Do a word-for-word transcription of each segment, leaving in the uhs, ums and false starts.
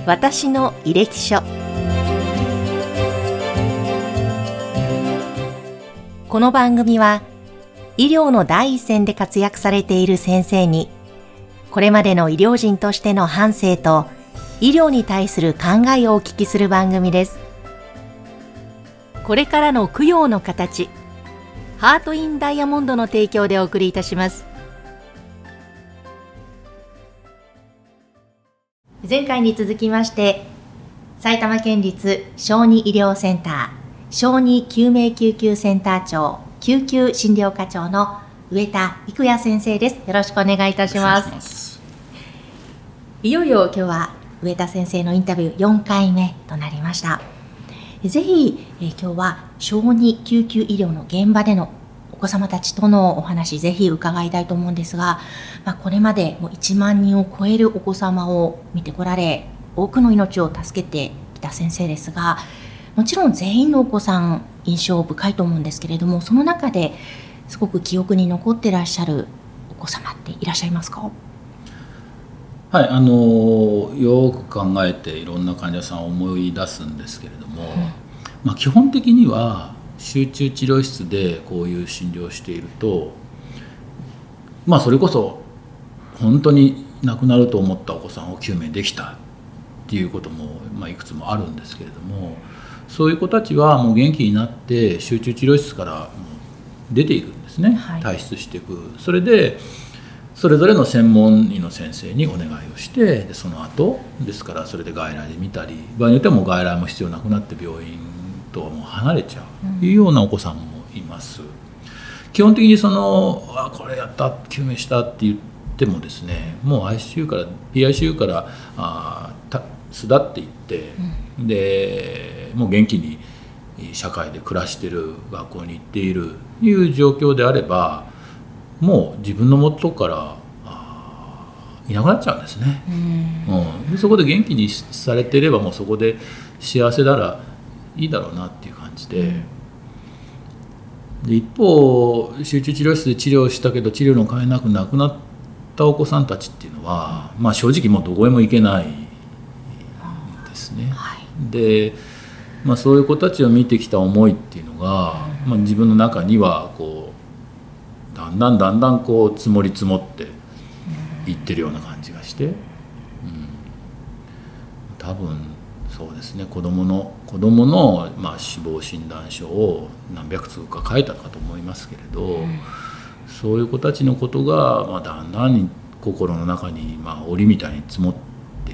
私の履歴書。この番組は医療の第一線で活躍されている先生にこれまでの医療人としての半生と医療に対する考えをお聞きする番組です。これからの供養の形、ハートインダイヤモンドの提供でお送りいたします。前回に続きまして埼玉県立小児医療センター小児救命救急センター長救急診療課長の上田育也先生です。よろしくお願いいたします。ますいよいよ今日は上田先生のインタビューよんかいめとなりました。ぜひえ今日は小児救急医療の現場でのお子様たちとのお話ぜひ伺いたいと思うんですが、まあ、これまでもういちまんにんを超えるお子様を見てこられ多くの命を助けてきた先生ですが、もちろん全員のお子さん印象深いと思うんですけれども、その中ですごく記憶に残ってらっしゃるお子様っていらっしゃいますか？ はい、あのよく考えていろんな患者さんを思い出すんですけれども、うんまあ、基本的には集中治療室でこういう診療をしていると、まあそれこそ本当に亡くなると思ったお子さんを救命できたっていうことも、まあ、いくつもあるんですけれども、そういう子たちはもう元気になって集中治療室からもう出ていくんですね、はい、退出していく。それでそれぞれの専門医の先生にお願いをして、でその後ですからそれで外来で見たり、場合によってはもう外来も必要なくなって病院とはもう離れちゃうというようなお子さんもいます、うん、基本的にそのあこれやった救命したって言ってもですね、もう アイシーユー から ピーアイシーユー からあた巣立っていって、うん、でもう元気に社会で暮らしている、学校に行っているという状況であれば、もう自分の元からいなくなっちゃうんですね、うんうん、でそこで元気にされていればもうそこで幸せならいいだろうなっていう感じで、うん、で一方集中治療室で治療したけど治療の変えなく亡くなったお子さんたちっていうのは、まあ、正直もうどこへも行けないんですね、はい、で、まあ、そういう子たちを見てきた思いっていうのが、うんまあ、自分の中にはこうだんだんだんだんこう積もり積もっていってるような感じがして、うん、多分そうですね、子どもの子どもの、まあ、死亡診断書を何百通か書いたかと思いますけれど、うん、そういう子たちのことが、まあ、だんだんに心の中に、まあ、檻みたいに積もっていって、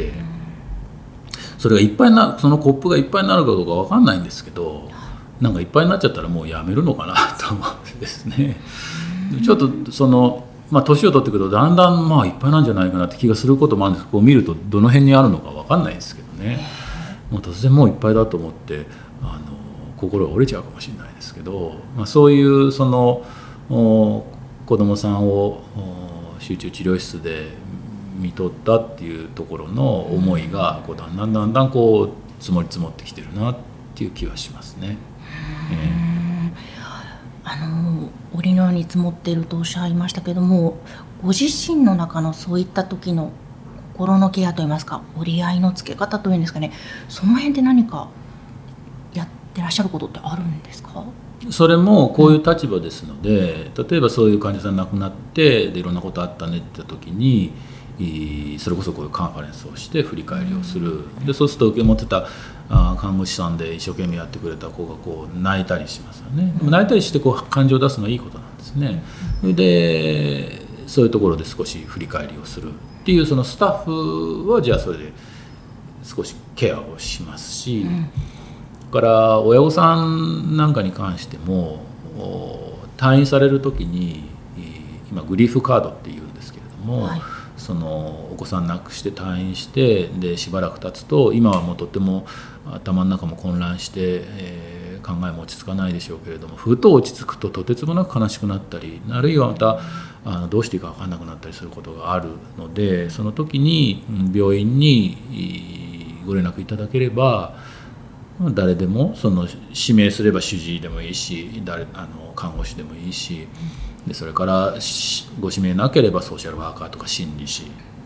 うん、それがいっぱいなそのコップがいっぱいになるかどうか分かんないんですけど、なんかいっぱいになっちゃったらもうやめるのかなと思うんですね、うん、ちょっとそのまあ、年を取ってくるとだんだんまあいっぱいなんじゃないかなって気がすることもあるんですけど、こう見るとどの辺にあるのか分かんないですけどね、もう突然もういっぱいだと思ってあの心が折れちゃうかもしれないですけど、まあ、そういうその子どもさんを集中治療室で見とったっていうところの思いがこうだんだんだんだんこう積もり積もってきてるなっていう気はしますね。えーあの檻のように積もっているとおっしゃいましたけども、ご自身の中のそういった時の心のケアといいますか、折り合いのつけ方というんですかね、その辺で何かやってらっしゃることってあるんですか？ それもこういう立場ですので、うん、例えばそういう患者さん亡くなってでいろんなことあったねって言った時に、それこそこういうカンファレンスをして振り返りをする、うん、でそうすると受け持ってた看護師さんで一生懸命やってくれた子がこう泣いたりしますよね。でも泣いたりしてこう感情を出すのはいいことなんですね。でそういうところで少し振り返りをするっていうそのスタッフはじゃあそれで少しケアをしますし、うん、だから親御さんなんかに関しても退院される時に今グリーフカードっていうんですけれども、はい、そのお子さん亡くして退院してでしばらく経つと今はもうとっても頭の中も混乱して、えー、考えも落ち着かないでしょうけれども、ふと落ち着くととてつもなく悲しくなったり、あるいはまたあのどうしていいか分からなくなったりすることがあるので、その時に病院にご連絡いただければ誰でもその指名すれば主治医でもいいし、誰あの看護師でもいいし、でそれからご指名なければソーシャルワーカーとか心理師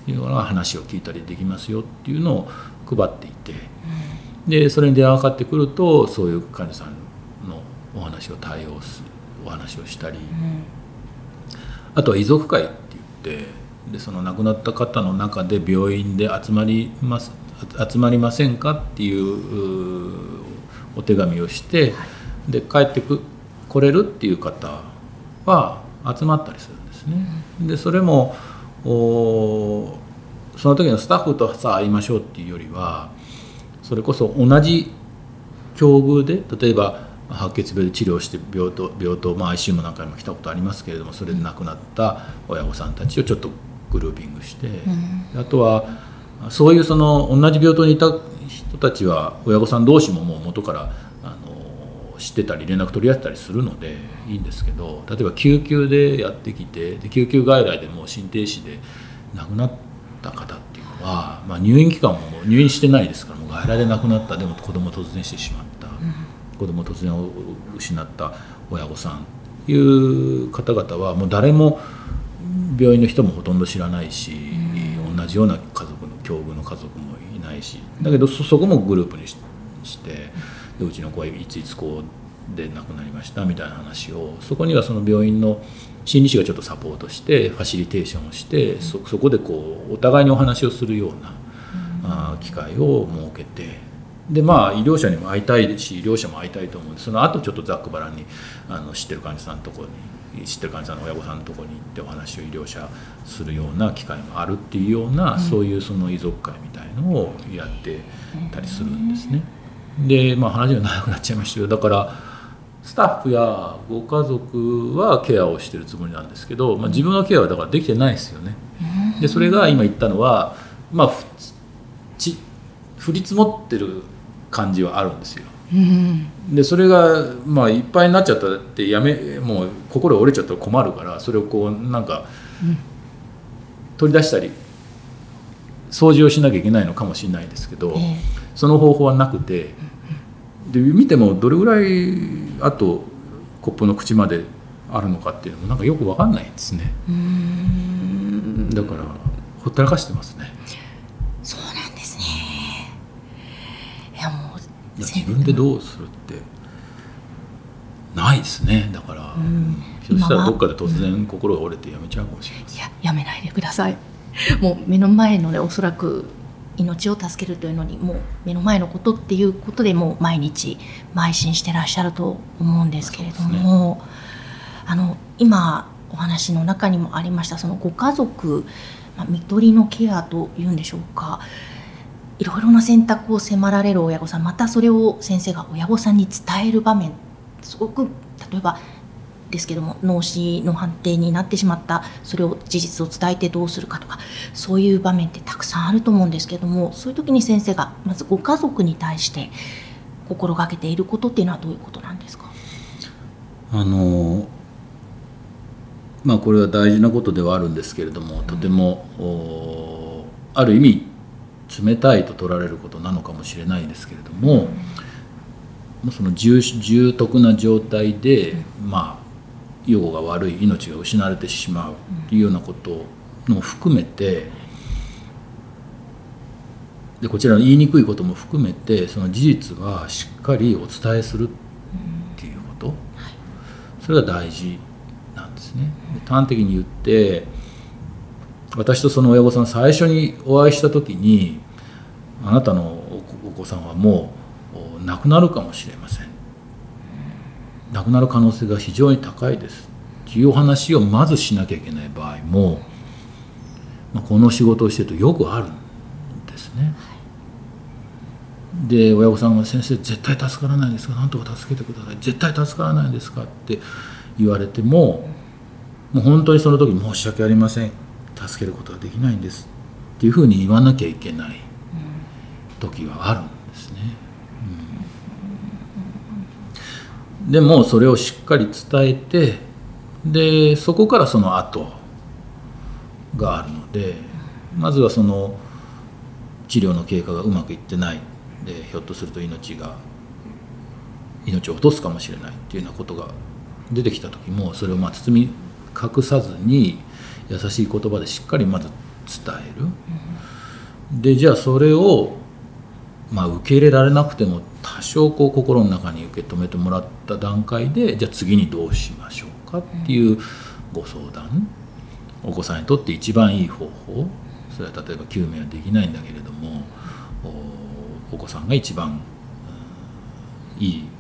いうような話を聞いたりできますよっていうのを配っていて、でそれに電話がかかってくるとそういう患者さんのお話を対応するお話をしたり、あとは遺族会って言ってでその亡くなった方の中で病院で集まります集まりませんかっていうお手紙をして、はい、で帰ってく来れるっていう方は集まったりするんですね。でそれもおその時のスタッフとさあ会いましょうっていうよりはそれこそ同じ境遇で例えば白血病で治療して病棟、病棟、まあ、アイシーユー も何回も来たことありますけれどもそれで亡くなった親御さんたちをちょっとグルーピングして、うん、あとはそういうその同じ病棟にいた人たちは親御さん同士ももう元からあの知ってたり連絡取り合ったりするのでいいんですけど、例えば救急でやってきてで救急外来でもう心停止で亡くなった方っていうのは、まあ、入院期間ももう入院してないですからもう外来で亡くなったでも子供を突然してしまった、うん、子供を突然を失った親御さんいう方々はもう誰も病院の人もほとんど知らないし、うん、同じような家族の境遇の家族もいないしだけど そ, そこもグループにし てでうちの子はいついつこうで亡くなりましたみたいな話をそこにはその病院の心理師がちょっとサポートしてファシリテーションをして そ, そこでこうお互いにお話をするような、うん、機会を設けてでまあ医療者にも会いたいし医療者も会いたいと思うんでその後ちょっとざっくばらんにあの知ってる患者さんのところに知ってる患者さんの親御さんのところに行ってお話を医療者するような機会もあるっていうような、うん、そういうその遺族会みたいのをやってたりするんですね。でまあ話が長くなっちゃいましたけどだからスタッフやご家族はケアをしてるつもりなんですけど、まあ、自分のケアはだからできてないですよね。でそれが今言ったのはまあち降り積もってる感じはあるんですよ。でそれがまあいっぱいになっちゃったってやめもう心折れちゃったら困るからそれをこうなんか取り出したり掃除をしなきゃいけないのかもしれないですけど、えー、その方法はなくてで見てもどれぐらいあとコップの口まであるのかっていうのもなんかよく分かんないんですね。うーんだからほったらかしてますね。 そうなんですね。いやもう自分でどうするってないですね。だから、うん、ひょっとしたらどっかで突然心が折れてやめちゃうかもしれない。 いややめないでください。もう目の前のねおそらく命を助けるというのにもう目の前のことっていうことでもう毎日邁進してらっしゃると思うんですけれども、ね、あの今お話の中にもありましたそのご家族、まあ、看取りのケアというんでしょうかいろいろな選択を迫られる親御さんまたそれを先生が親御さんに伝える場面すごく例えばですけども脳死の判定になってしまったそれを事実を伝えてどうするかとかそういう場面ってたくさんあると思うんですけどもそういう時に先生がまずご家族に対して心がけていることっていうのはどういうことなんですか？ あのまあこれは大事なことではあるんですけれどもとても、うん、ある意味冷たいと取られることなのかもしれないですけれども、うん、その 重, 重篤な状態で、うん、まあ予後が悪い命が失われてしまうというようなことも含めてでこちらの言いにくいことも含めてその事実はしっかりお伝えするっていうこと、うん、それが大事なんですね。端的に言って私とその親御さん最初にお会いした時にあなたのお子さんはもう亡くなるかもしれません亡くなる可能性が非常に高いですというお話をまずしなきゃいけない場合も、まあ、この仕事をしているとよくあるんですね。で親御さんが先生絶対助からないんですかなんとか助けてください絶対助からないんですかって言われてももう本当にその時申し訳ありません助けることができないんですっていうふうに言わなきゃいけない時はあるんですね。でもそれをしっかり伝えてでそこからその後があるのでまずはその治療の経過がうまくいってないでひょっとすると命が命を落とすかもしれないっていうようなことが出てきた時もそれをまあ包み隠さずに優しい言葉でしっかりまず伝える、うん、でじゃあそれを、まあ、受け入れられなくても多少こう心の中に受け止めてもらった段階でじゃあ次にどうしましょうかっていうご相談、お子さんにとって一番いい方法、それは例えば救命はできないんだけれども お, お子さんが一番、うん、いい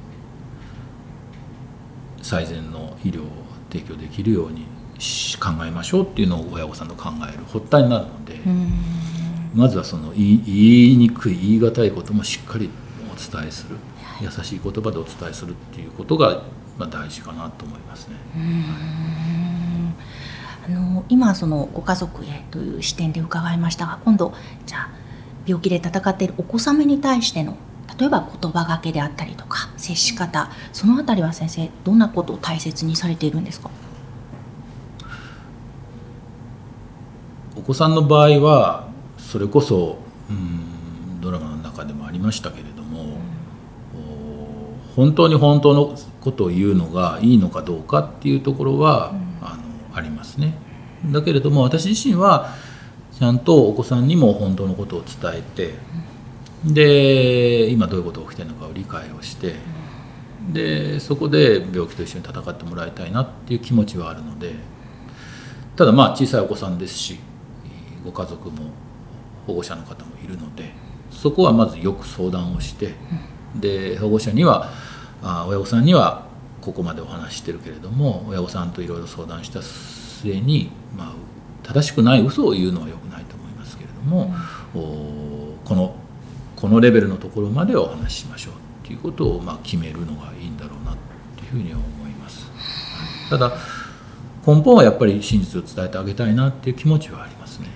最善の医療を提供できるように考えましょうっていうのを親御さんと考える発端になるので、まずはその言い、言いにくい言い難いこともしっかりお伝えする、優しい言葉でお伝えするっていうことがまあ大事かなと思いますね。 うーん、あの今そのご家族へという視点で伺いましたが、今度じゃあ病気で闘っているお子様に対しての例えば言葉がけであったりとか接し方、そのあたりは先生どんなことを大切にされているんですか？ お子さんの場合はそれこそ、うん、ドラマの中でもありましたけれども、うん、本当に本当のことを言うのがいいのかどうかっていうところは、うん、あのありますね。だけれども私自身はちゃんとお子さんにも本当のことを伝えて、うん、で今どういうことが起きているのかを理解をして、うん、でそこで病気と一緒に戦ってもらいたいなっていう気持ちはあるので、ただまあ小さいお子さんですしご家族も保護者の方もいるので、そこはまずよく相談をして、うん、で保護者にはあ親御さんにはここまでお話ししてるけれども親御さんといろいろ相談した末に、まあ、正しくない嘘を言うのは良くないと思いますけれども、うん、このこのレベルのところまではお話ししましょうっていうことをまあ決めるのがいいんだろうなっていうふうには思います。ただ根本はやっぱり真実を伝えてあげたいなっていう気持ちはありますね。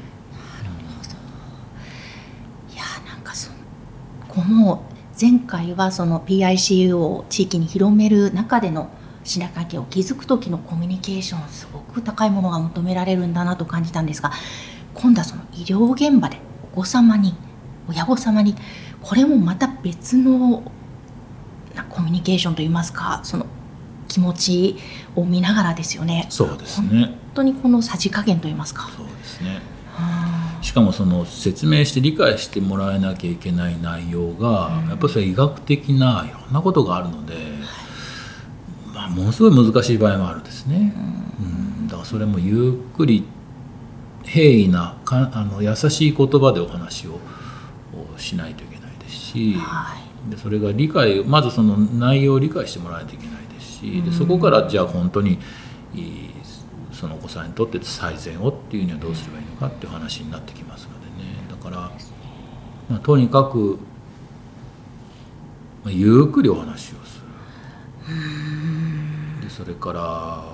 この前回はその ピーアイシーユー を地域に広める中での信頼関係を築く時のコミュニケーション、すごく高いものが求められるんだなと感じたんですが、今度はその医療現場でお子様に親御様にこれもまた別のコミュニケーションといいますか、その気持ちを見ながらですよね。 そうですね。 本当にこのさじ加減といいますか。 そうですね。しかもその説明して理解してもらえなきゃいけない内容が、うん、やっぱりそれ医学的ないろんなことがあるので、はい、まあ、ものすごい難しい場合もあるんですね、うんうん、だからそれもゆっくり平易なかあの優しい言葉でお話をしないといけないですし、はい、でそれが理解まずその内容を理解してもらわないといけないですし、でそこからじゃあ本当にいいそのお子さんにとって最善をっていうにはどうすればいいのかっていう話になってきますのでね。だから、まあ、とにかく、まあ、ゆっくりお話をする。でそれから、ま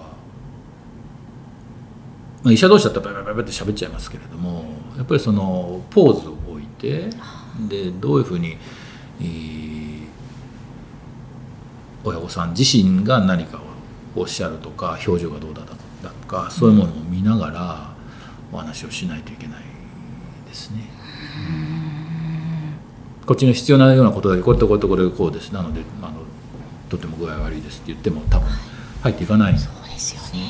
あ、医者同士だったらババババって喋っちゃいますけれども、やっぱりそのポーズを置いて、でどういうふうに、えー、親御さん自身が何かをおっしゃるとか表情がどうだとかだとかそういうものを見ながらお話をしないといけないですね。こっちの必要なようなことだけこれとこれとこれこうですなのであのとても具合悪いですって言っても多分入っていかない。 そうですよね、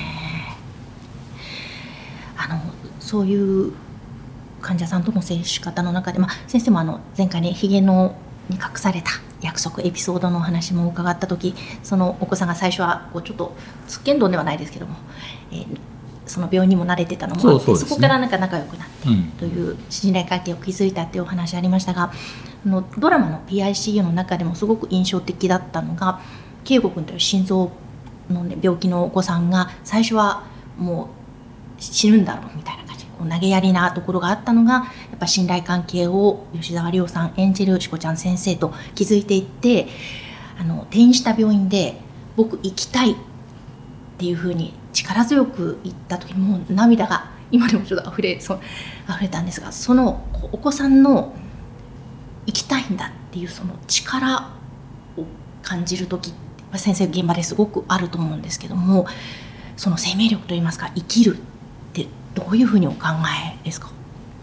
うん、あのそういう患者さんとの接し方の中で、まあ、先生もあの前回ねひげのに隠された約束エピソードのお話も伺った時、そのお子さんが最初はこうちょっとつっけんどんではないですけども、えー、その病院にも慣れてたのもあって そ, う そ, う、ね、そこからなんか仲良くなってという信頼関係を築いたっていうお話ありましたが、あのドラマの ピーアイシーユー の中でもすごく印象的だったのが圭吾君という心臓の、ね、病気のお子さんが最初はもう死ぬんだろうみたいな感じでこう投げやりなところがあったのがやっぱ信頼関係を吉沢亮さん演じるしこちゃん先生と築いていって、あの転院した病院で僕行きたいっていうふうに力強く言った時にもう涙が今でもちょっと溢れそう溢れたんですが、そのお子さんの行きたいんだっていうその力を感じる時って先生現場ですごくあると思うんですけども、その生命力といいますか生きるってどういうふうにお考えですか？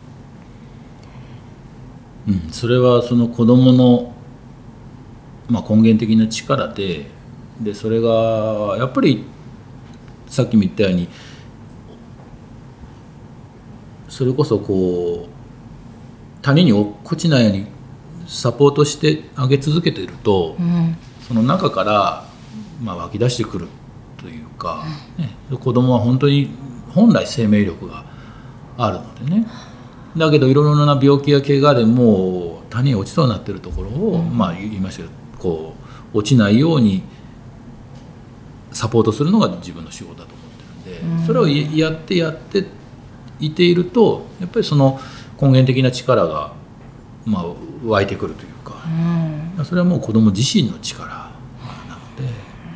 うん、それはその子どもの、まあ、根源的な力で、でそれがやっぱりさっきも言ったようにそれこそこう他人に落っこちないようにサポートしてあげ続けていると、うん、その中から、まあ、湧き出してくるというか、うんね、子供は本当に本来生命力があるのでね。だけどいろいろな病気や怪我でもう他人に落ちそうになっているところを、うん、まあ言いましたけどこう落ちないようにサポートするのが自分の仕事だと思ってるんで、うん、それをやってやっていているとやっぱりその根源的な力が、まあ、湧いてくるというか、うん、それはもう子ども自身の力なので、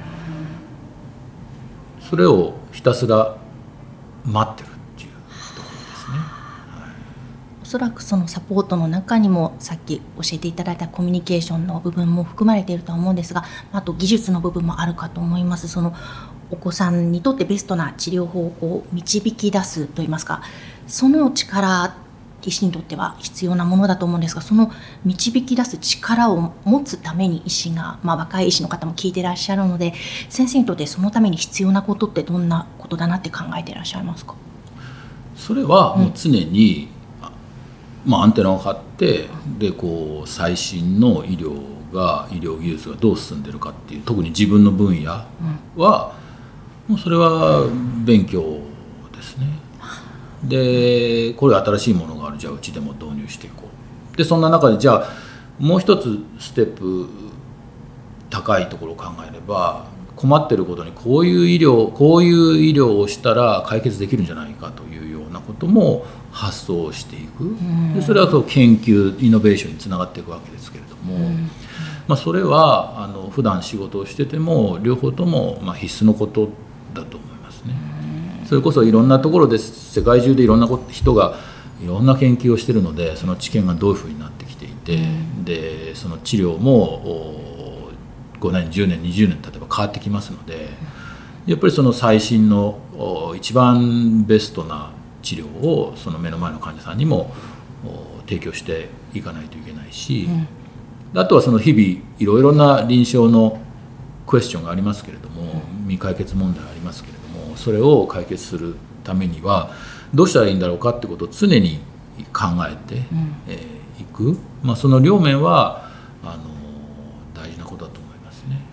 それをひたすら待ってるっていうところですね。はい、 おそらくそのサポートの中にもさっき教えていただいたコミュニケーションの部分も含まれているとは思うんですが、あと技術の部分もあるかと思います。そのお子さんにとってベストな治療法を導き出すといいますか、その力医師にとっては必要なものだと思うんですが、その導き出す力を持つために医師が、まあ、若い医師の方も聞いていらっしゃるので、先生にとってそのために必要なことってどんなことだなって考えていらっしゃいますか？ それはもう常に、うんまあ、アンテナを張ってでこう最新の医療が医療技術がどう進んでるかっていう、特に自分の分野は、うん、もうそれは勉強ですね。でこれ新しいものがある、じゃあうちでも導入していこう。でそんな中でじゃあもう一つステップ高いところを考えれば、困ってることにこういう医療こういう医療をしたら解決できるんじゃないかというようなことも発想していく。でそれはそう研究イノベーションにつながっていくわけですけれども、まあ、それはあの普段仕事をしてても両方ともまあ必須のことだと思いますね。それこそいろんなところで世界中でいろんな人がいろんな研究をしているので、その知見がどういうふうになってきていて、でその治療もごねんじゅうねんにじゅうねん例えば変わってきますので、やっぱりその最新の一番ベストな治療をその目の前の患者さんにも提供していかないといけないし、あとはその日々いろいろな臨床のクエスチョンがありますけれども、未解決問題がありますけれども、それを解決するためにはどうしたらいいんだろうかってことを常に考えてい、うんえー、く、まあ、その両面はあの大事なことだと思いますね。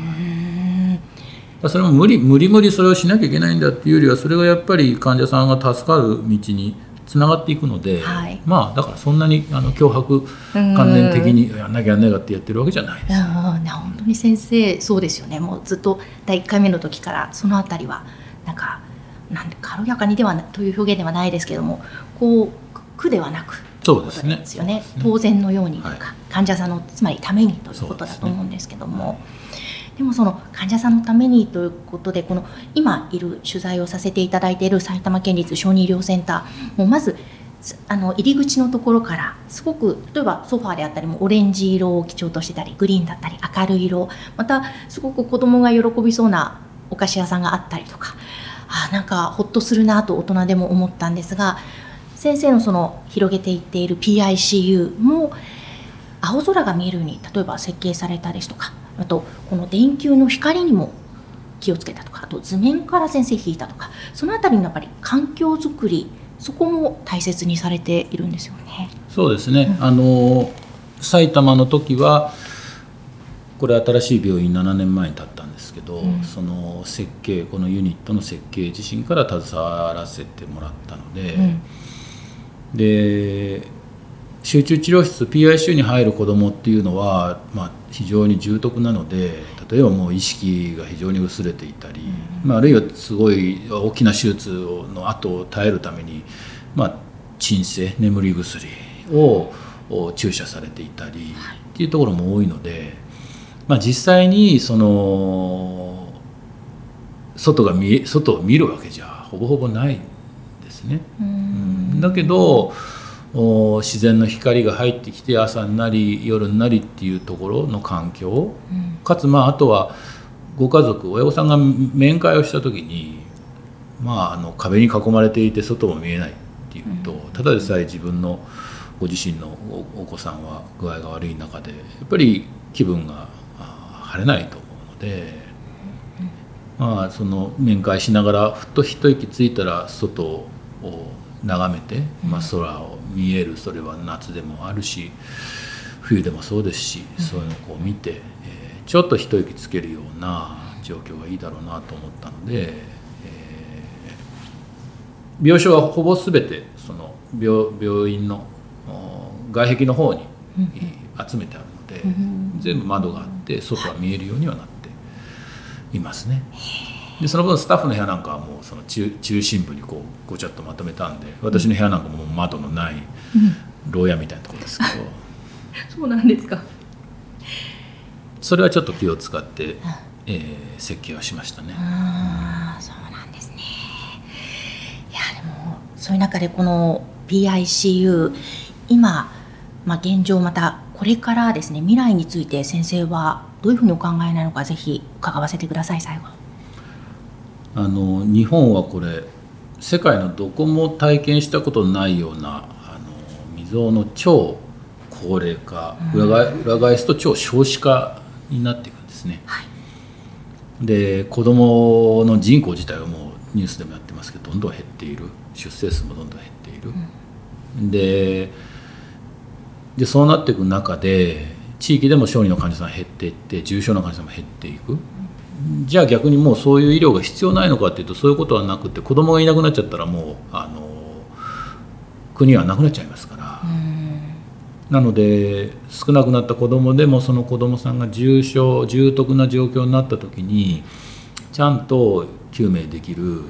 うん、それも無理無理無理それをしなきゃいけないんだっていうよりは、それがやっぱり患者さんが助かる道につながっていくので、はい、まあだからそんなにあの脅迫観念的にやんなきゃやんなきゃってやってるわけじゃないです。 本当に先生そうですよね。もうずっとだいいっかいめの時からそのあたりはなんかなんで軽やかにではという表現ではないですけども、こう苦ではなくということですよね。そうですね。当然のようにというか、はい、患者さんのつまりためにということだと思うんですけども、でもその患者さんのためにということで、この今いる取材をさせていただいている埼玉県立小児医療センターもまずあの入り口のところからすごく、例えばソファーであったりもオレンジ色を基調としてたり、グリーンだったり明るい色、またすごく子どもが喜びそうなお菓子屋さんがあったりとか、あなんかほっとするなと大人でも思ったんですが、先生のその広げていっている ピーアイシーユー も青空が見えるように例えば設計されたですとか、あとこの電球の光にも気をつけたとか、あと図面から先生引いたとか、そのあたりのやっぱり環境づくり、そこも大切にされているんですよね。 そうですね、うん、あの埼玉の時はこれ新しい病院ななねんまえに建ったんですけど、うん、その設計このユニットの設計自身から携わらせてもらったので、うん、で集中治療室 ピーアイシーユー に入る子どもっていうのは、まあ、非常に重篤なので、例えばもう意識が非常に薄れていたり、うんまあ、あるいはすごい大きな手術の後を耐えるために、まあ、鎮静眠り薬を注射されていたりっていうところも多いので、まあ、実際にその外が見え外を見るわけじゃほぼほぼないんですね。うん、だけど自然の光が入ってきて朝になり夜になりっていうところの環境、うん、かつまああとはご家族親御さんが面会をした時に、まあ、あの壁に囲まれていて外も見えないっていうと、うん、ただでさえ自分のご自身の お, お子さんは具合が悪い中でやっぱり気分が晴れないと思うので、うんまあ、その面会しながらふっと一息ついたら外眺めて、まあ、空を見える、それは夏でもあるし冬でもそうですし、そういうのをこう見て、えー、ちょっと一息つけるような状況がいいだろうなと思ったので、えー、病床はほぼ全てその 病, 病院の外壁の方に集めてあるので、うん、全部窓があって外は見えるようにはなっていますね。でその分スタッフの部屋なんかはもうその 中, 中心部にこうごちゃっとまとめたんで、私の部屋なんかも窓のない牢屋みたいなところですけど、うん、 そうなんですか。 それはちょっと気を使って、えー、設計はしましたね。 あ、そうなんですね。いやでもそういう中でこの ピーアイシーユー 今、まあ、現状またこれからですね、未来について先生はどういうふうにお考えなのか、ぜひ伺わせてください。最後、 あの日本はこれ世界のどこも体験したことのないようなあの未曾有の超高齢化、うん、裏, 裏返すと超少子化になっていくんですね、はい、で子どもの人口自体はもうニュースでもやってますけどどんどん減っている、出生数もどんどん減っている、うん、で, でそうなっていく中で地域でも小児の患者さんが減っていって重症の患者さんも減っていく。じゃあ逆にもうそういう医療が必要ないのかっていうとそういうことはなくて、子どもがいなくなっちゃったらもうあの国はなくなっちゃいますから、うん、なので少なくなった子どもでもその子どもさんが重症重篤な状況になった時にちゃんと救命できる、うん、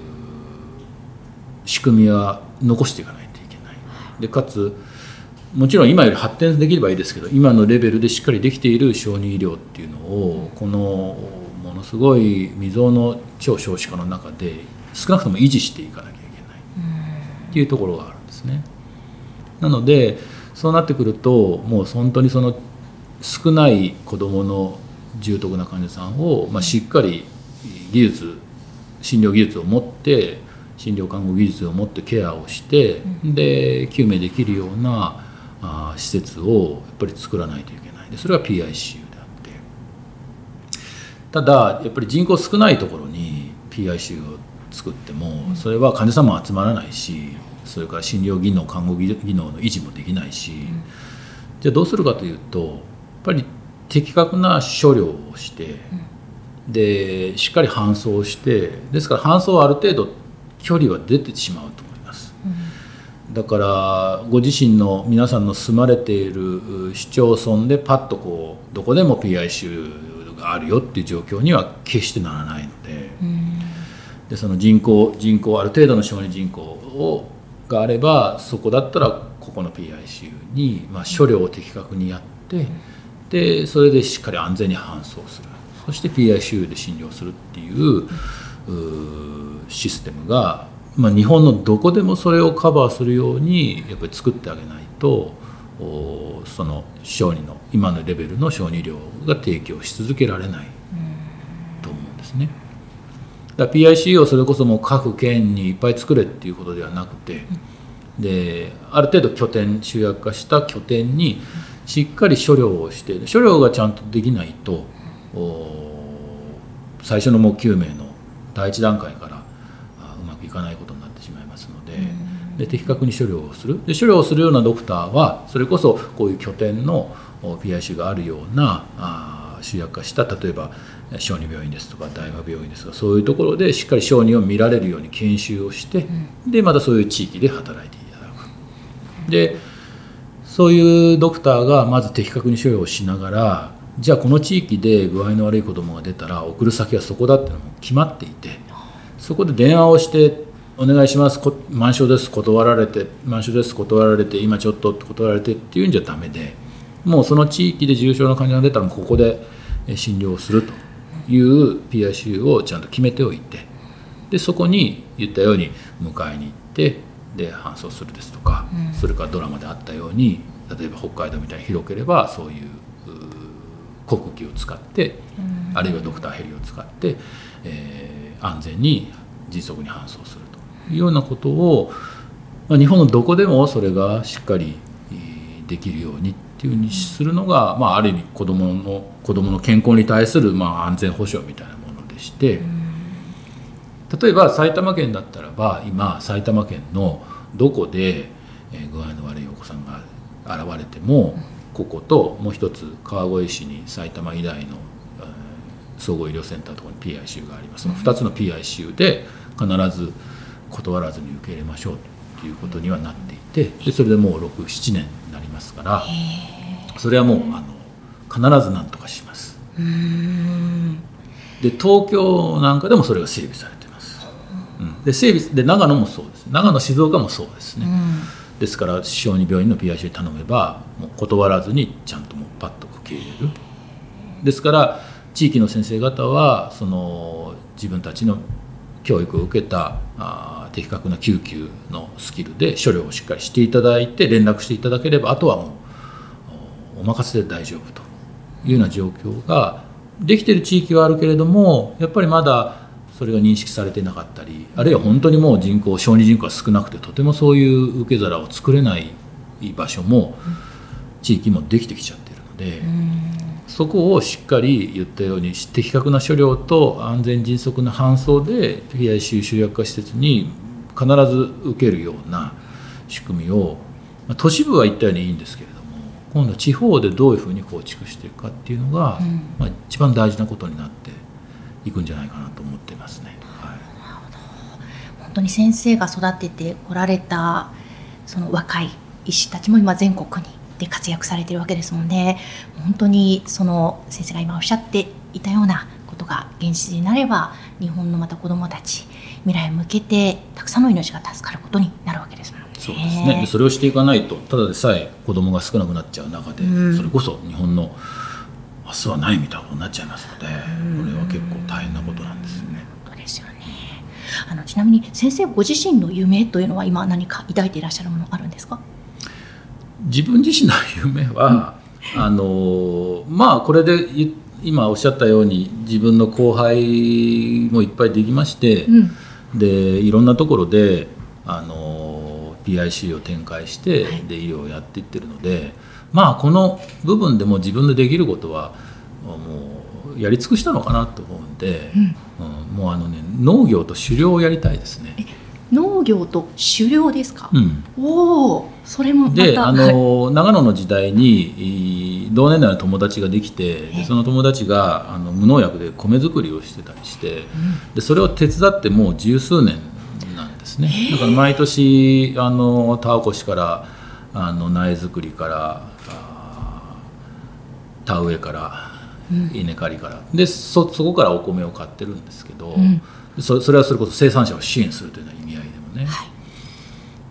仕組みは残していかないといけない。でかつもちろん今より発展できればいいですけど、今のレベルでしっかりできている小児医療っていうのをこのものすごい未曾有の超少子化の中で少なくとも維持していかなきゃいけないっていうところがあるんですね。なのでそうなってくるともう本当にその少ない子どもの重篤な患者さんを、まあ、しっかり技術診療技術を持って診療看護技術を持ってケアをして、で救命できるようなあ施設をやっぱり作らないといけない。でそれは ピーアイシーユー であって、ただやっぱり人口少ないところに ピーアイシーユー を作ってもそれは患者さんも集まらないし、それから診療技能看護技能の維持もできないし、じゃあどうするかというとやっぱり的確な処療をして、でしっかり搬送して、ですから搬送はある程度距離は出てしまうと思います、うん、だからご自身の皆さんの住まれている市町村でパッとこうどこでも ピーアイシーユー があるよっていう状況には決してならないので、うん、でその人口人口ある程度の小児人口をがあればそこだったらここの ピーアイシーユー に、まあ、処療を的確にやって、うん、でそれでしっかり安全に搬送する、そして ピーアイシーユー で診療するっていう、うんシステムが、まあ、日本のどこでもそれをカバーするようにやっぱり作ってあげないと、その小児の今のレベルの小児医療が提供し続けられないと思うんですね。だから ピーアイシーユー をそれこそもう各県にいっぱい作れっていうことではなくて、である程度拠点集約化した拠点にしっかり処療をして、処療がちゃんとできないと最初のもう救命の第一段階からうまくいかないことになってしまいますので、で的確に処療をする、で処療をするようなドクターはそれこそこういう拠点の ピーアイシーユー があるようなあ集約化した例えば小児病院ですとか大和病院ですとかそういうところでしっかり小児を見られるように研修をして、でまたそういう地域で働いていただく。でそういうドクターがまず的確に処療をしながら、じゃあこの地域で具合の悪い子どもが出たら送る先はそこだっていうのも決まっていて、そこで電話をしてお願いします満床です断られて満床です断られて今ちょっと断られてっていうんじゃダメで、もうその地域で重症の患者が出たらここで診療をするという ピーアイシーユー をちゃんと決めておいて、でそこに言ったように迎えに行ってで搬送するですとか、うん、それからドラマであったように例えば北海道みたいに広ければそういう航空機を使って、うん、あるいはドクターヘリを使って、えー、安全に迅速に搬送するというようなことを、まあ、日本のどこでもそれがしっかりできるようにっていうふうにするのが、まあ、ある意味子どもの子どもの健康に対するまあ安全保障みたいなものでして、例えば埼玉県だったらば今埼玉県のどこで、えー、具合の悪いお子さんが現れても、ここともう一つ川越市に埼玉医大の、えー、総合医療センターのところに ピーアイシーユー があります。そのふたつの ピーアイシーユー で必ず断らずに受け入れましょうということにはなっていて、でそれでもうろく、ななねんになりますから、それはもうあの必ず何とかします。うーんで東京なんかでもそれが整備されています、うん、で整備で長野もそうです。長野静岡もそうですね、うん、ですから小児病院の ピーアイシーユー に頼めばもう断らずにちゃんともうパッと受け入れる。ですから地域の先生方はその自分たちの教育を受けたあ的確な救急のスキルで処理をしっかりしていただいて連絡していただければ、あとはもうお任せで大丈夫というような状況ができている地域はあるけれども、やっぱりまだそれが認識されていなかったり、あるいは本当にもう人口小児人口が少なくてとてもそういう受け皿を作れない場所も地域もできてきちゃっているので、そこをしっかり言ったように的確な処料と安全迅速な搬送で ピーアイシーユー 集約化施設に必ず受けるような仕組みを、都市部は言ったようにいいんですけれども、今度は地方でどういうふうに構築していくかっていうのが、うんまあ、一番大事なことになっていくんじゃないかなと思っていますね。はい、なるほど。 本当に先生が育ててこられたその若い医師たちも今全国にで活躍されているわけですもんね。本当にその先生が今おっしゃっていたようなことが現実になれば、日本のまた子どもたち未来に向けてたくさんの命が助かることになるわけですもんね。 そうですね。でそれをしていかないと、ただでさえ子どもが少なくなっちゃう中で、うん、それこそ日本の明日はないみたいなことになっちゃいますので、これは結構大変なことなんですよね。 本当ですよね。あのちなみに先生ご自身の夢というのは今何か抱いていらっしゃるものあるんですか？ 自分自身の夢は、うん、あのまあこれで今おっしゃったように自分の後輩もいっぱいできまして、うん、でいろんなところであの ピーアイシーユー を展開して、はい、で医療をやっていってるので、まあこの部分でも自分でできることはもうやり尽くしたのかなと思うんで、うんうん、もうあのね農業と狩猟をやりたいですね。 農業と狩猟ですか？うん、おお、それもまたであの、はい、長野の時代に同年代の友達ができて、でその友達があの無農薬で米作りをしてたりして、うん、でそれを手伝ってもう十数年なんですね。だから毎年あの田起こしからあの苗作りから田植えから稲刈りから、うん、で そ, そこからお米を買ってるんですけど、うん、そ, それはそれこそ生産者を支援するというような意味合いでもね、はい、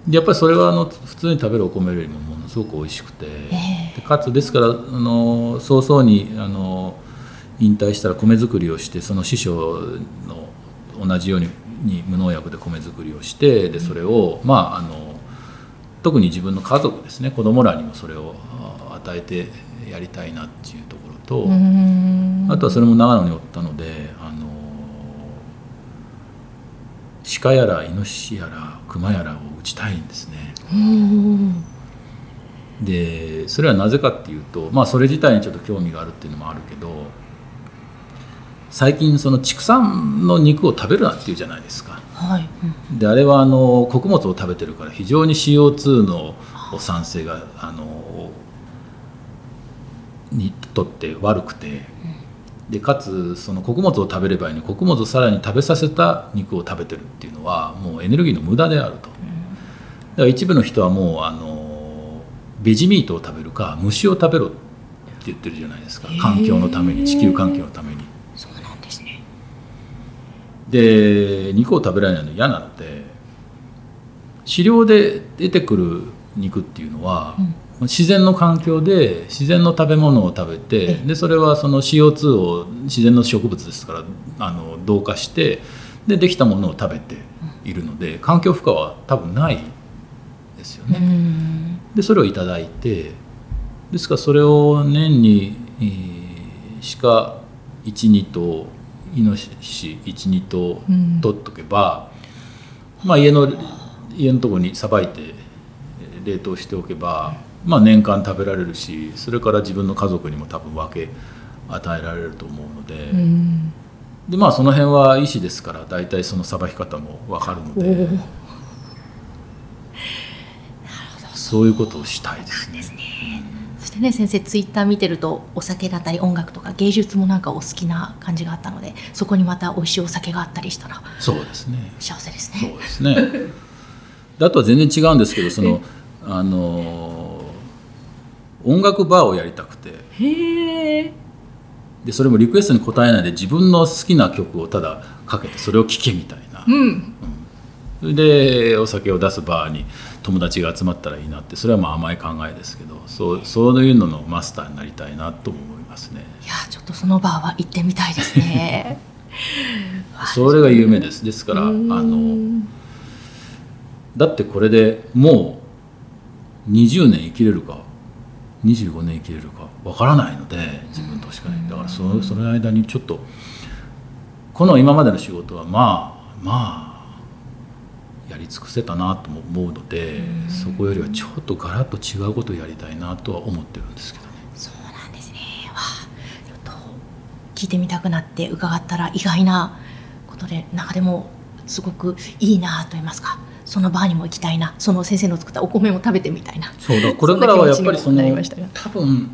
でやっぱりそれはあの普通に食べるお米よりもものすごく美味しくて、えー、でかつですからあの早々にあの引退したら米作りをして、その師匠の同じように無農薬で米作りをして、でそれを、まあ、あの特に自分の家族ですね、子供らにもそれを与えてやりたいなっていうところと、あとはそれも長野におったので、あの鹿やらイノシシやらクマやらを撃ちたいんですね。でそれはなぜかっていうと、まあ、それ自体にちょっと興味があるっていうのもあるけど、最近その畜産の肉を食べるなっていうじゃないですか。はい、うん、であれはあの穀物を食べてるから非常に シーオーツー の産生があのにとって悪くて、でかつその穀物を食べる場合に穀物をさらに食べさせた肉を食べてるっていうのはもうエネルギーの無駄であると。だから一部の人はもうあのベジミートを食べるか虫を食べろって言ってるじゃないですか。環境のために、地球環境のために。 そうなんですね。 で肉を食べられないの嫌なので、飼料で出てくる肉っていうのは、うん、自然の環境で自然の食べ物を食べて、でそれはその シーオーツー を自然の植物ですからあの同化してでできたものを食べているので、環境負荷は多分ないですよね。でそれをいただいて、ですからそれを年に、えー、鹿いち、に頭イノシシいち、に頭取っとけば、うん、まあ、家の家のところにさばいて冷凍しておけば、まあ、年間食べられるし、それから自分の家族にも多分分け与えられると思うので、うん、でまあその辺は医師ですから大体そのさばき方も分かるので、 そういうことをしたいですね。 ですね。そしてね先生ツイッター見てるとお酒だったり音楽とか芸術もなんかお好きな感じがあったので、そこにまた美味しいお酒があったりしたらそうですね幸せですね。 そうですねであとは全然違うんですけど、そのあの音楽バーをやりたくて、 へえ。 でそれもリクエストに応えないで自分の好きな曲をただかけてそれを聴けみたいな、 うんうんそれでお酒を出すバーに友達が集まったらいいなって、それはまあ甘い考えですけど、そうそういうののマスターになりたいなと思いますね。 いやちょっとそのバーは行ってみたいですねそれが夢です。ですからあのだってこれでもうにじゅうねん生きれるかにじゅうごねん生きれるかわからないので、自分としかにだからその、その間にちょっとこの今までの仕事はまあまあやり尽くせたなと思うので、そこよりはちょっとガラッと違うことをやりたいなとは思ってるんですけどね。 そうなんですね。わあちょっと聞いてみたくなって伺ったら意外なことで、中でもすごくいいなと言いますか、そのバーにも行きたいな、その先生の作ったお米も食べてみたいな。 そうだこれからはやっぱりその多分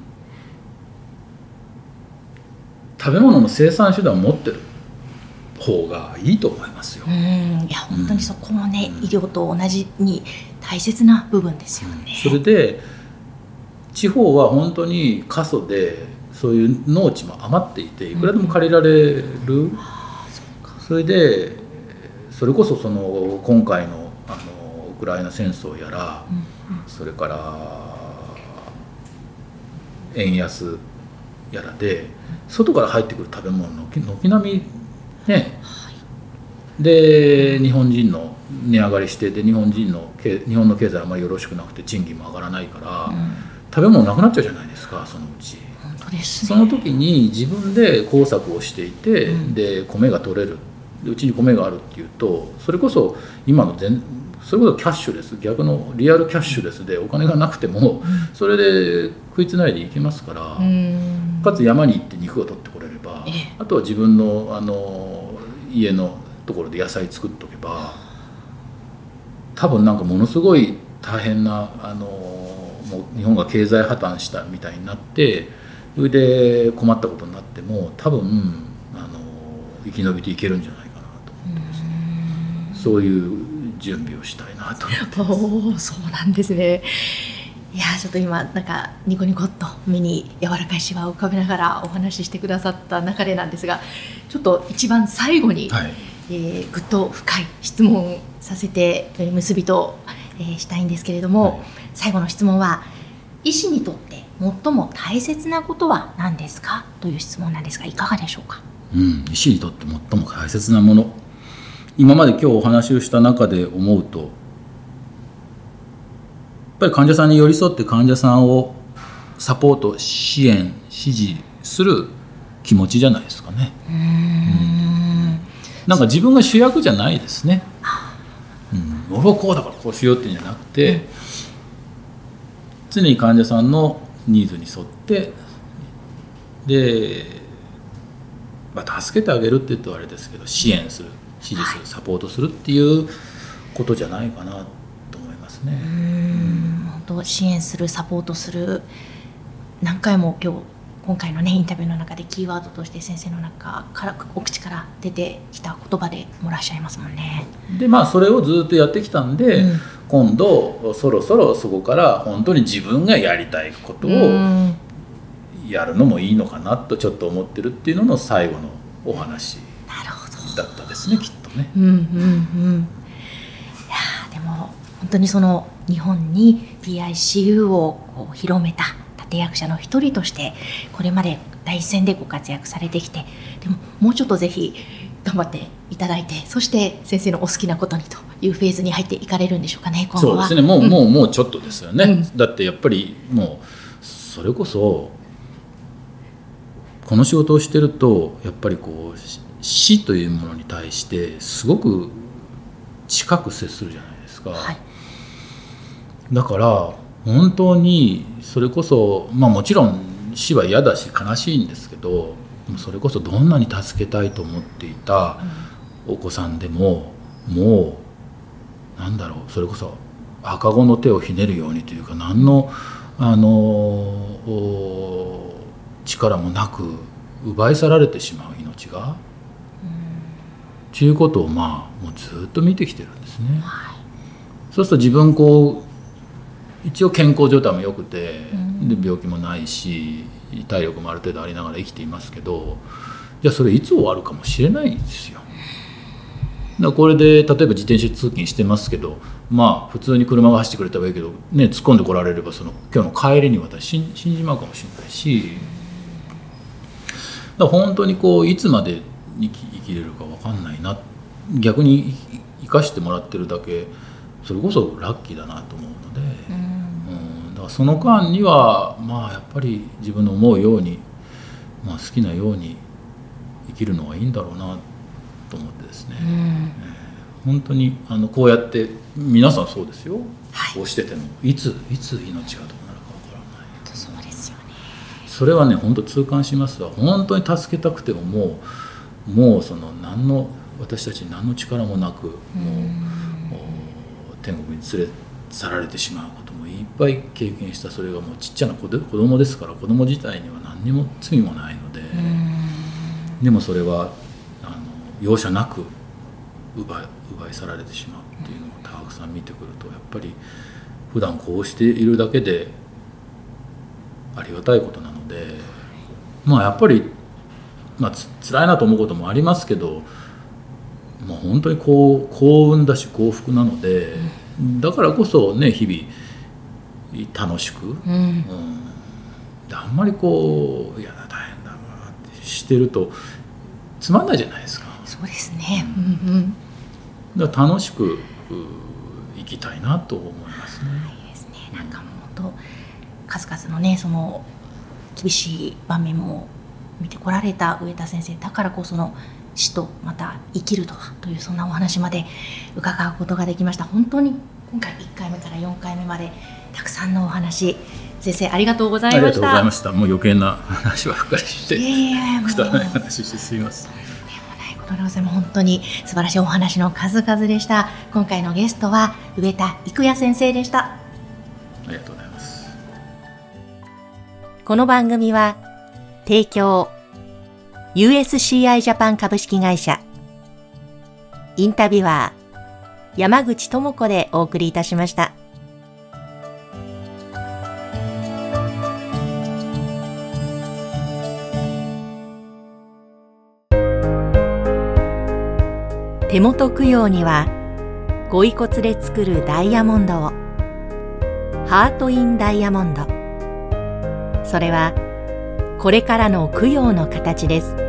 食べ物の生産手段を持ってる方がいいと思いますよ。 うんいや本当にそこもね、うん、医療と同じに大切な部分ですよね。 それで地方は本当に過疎でそういう農地も余っていていくらでも借りられる、うん、それでそれこそその今回のあのウクライナ戦争やら、うんうん、それから円安やらで外から入ってくる食べ物の軒並みね、はい、で日本人の値上がりしてで日本人の日本の経済はあまりよろしくなくて賃金も上がらないから、うん、食べ物なくなっちゃうじゃないですか。そのうち本当ですね。 その時に自分で工作をしていて、うん、で米が取れる、うちに米があるっていうと、それこそ今の全それこそキャッシュレス、逆のリアルキャッシュレスでお金がなくても、うん、それで食いつないでいけますから、うん、かつ山に行って肉を取ってこれれば、ええ、あとは自分の、あの家のところで野菜作っとけば、多分なんかものすごい大変な、あのもう日本が経済破綻したみたいになってそれで困ったことになっても多分、あの生き延びていけるんじゃないかなと思ってですね、そういう準備をしたいなと思ってます。 おそうなんですね。いやちょっと今なんかニコニコっと目に柔らかいシワを浮かべながらお話ししてくださった中でなんですが、ちょっと一番最後に、はいえー、ぐっと深い質問させて結びと、えー、したいんですけれども、はい、最後の質問は医師にとって最も大切なことは何ですかという質問なんですが、いかがでしょうか。 うん、医師にとって最も大切なもの、今まで今日お話をした中で思うと、やっぱり患者さんに寄り添って患者さんをサポート支援支持する気持ちじゃないですかね。うーん、うん、なんか自分が主役じゃないですね。うん、俺はこうだからこうしようっていうんじゃなくて、うん、常に患者さんのニーズに沿ってで、まあ、助けてあげるって言うとあれですけど、支援する支持するサポートするっていうことじゃないかなと思いますね。 うーん、本当支援するサポートする、何回も今日今回のねインタビューの中でキーワードとして先生の中からお口から出てきた言葉でもらっしゃいますもんね。 でまあそれをずっとやってきたんで、うん、今度そろそろそこから本当に自分がやりたいことをやるのもいいのかなとちょっと思ってるっていうのの最後のお話だったですね、きっとね。 うんうんうん、いやでも本当にその日本に ピーアイシーユー をこう広めた立役者の一人としてこれまで第一線でご活躍されてきて、でももうちょっとぜひ頑張っていただいて、そして先生のお好きなことにというフェーズに入っていかれるんでしょうかね、今後は。 そうですね、もう、うん、もうもうちょっとですよね、うん、だってやっぱりもうそれこそこの仕事をしてるとやっぱりこう死というものに対してすごく近く接するじゃないですか、はい、だから本当にそれこそ、まあ、もちろん死は嫌だし悲しいんですけど、それこそどんなに助けたいと思っていたお子さんでももうなんだろう、それこそ赤子の手をひねるようにというか、何の、あの力もなく奪い去られてしまう命が、ということをまあもうずっと見てきてるんですね。はい、そうすると自分こう一応健康状態も良くて、で病気もないし体力もある程度ありながら生きていますけど、じゃあそれいつ終わるかもしれないんですよ。だからこれで例えば自転車通勤してますけど、まあ普通に車が走ってくれたらいいけど、ね、突っ込んでこられればその今日の帰りに私死んじまうかもしれないし、だから本当にこういつまで生き、生きれるか分かんないな、逆に生かしてもらってるだけそれこそラッキーだなと思うので、うん、だからその間にはまあやっぱり自分の思うように、まあ、好きなように生きるのがいいんだろうなと思ってですね、うん、えー、本当にあのこうやって皆さんそうですよ、はい、こうしててもいついつ命がどうなるかわからない。 そうですよね。 それはね本当痛感しますわ。本当に助けたくてももうもうその何の私たちに何の力もなく、もう天国に連れ去られてしまうこともいっぱい経験した。それがもうちっちゃな子で子供ですから、子供自体には何にも罪もないので、でもそれはあの容赦なく奪い、奪い去られてしまうっていうのをたくさん見てくると、やっぱり普段こうしているだけでありがたいことなので、まあやっぱり、まあ、つ辛いなと思うこともありますけど、まあ、本当にこう幸運だし幸福なので、うん、だからこそね日々楽しく、うんうん、であんまりこういや大変だわってしてるとつまんないじゃないですか。 そうですね、うんうん、 だから楽しく生きたいなと思いますね。 いいですね。なんかもう本当数々のねその厳しい場面も見てこられた上田先生だからこその死とまた生きるとはというそんなお話まで伺うことができました。本当に今回いっかいめからよんかいめまでたくさんのお話、先生ありがとうございました。 ありがとうございました。もう余計な話ばっかりして、 いやいやくだらない話してすみません。 でもないことでございます。本当に素晴らしいお話の数々でした。今回のゲストは上田育也先生でした。 ありがとうございます。 この番組は提供ユーエスシーアイ ジャパン株式会社、インタビュアー山口智子でお送りいたしました。手元供養にはご遺骨で作るダイヤモンドを、ハート・イン・ダイヤモンド。それはこれからの供養の形です。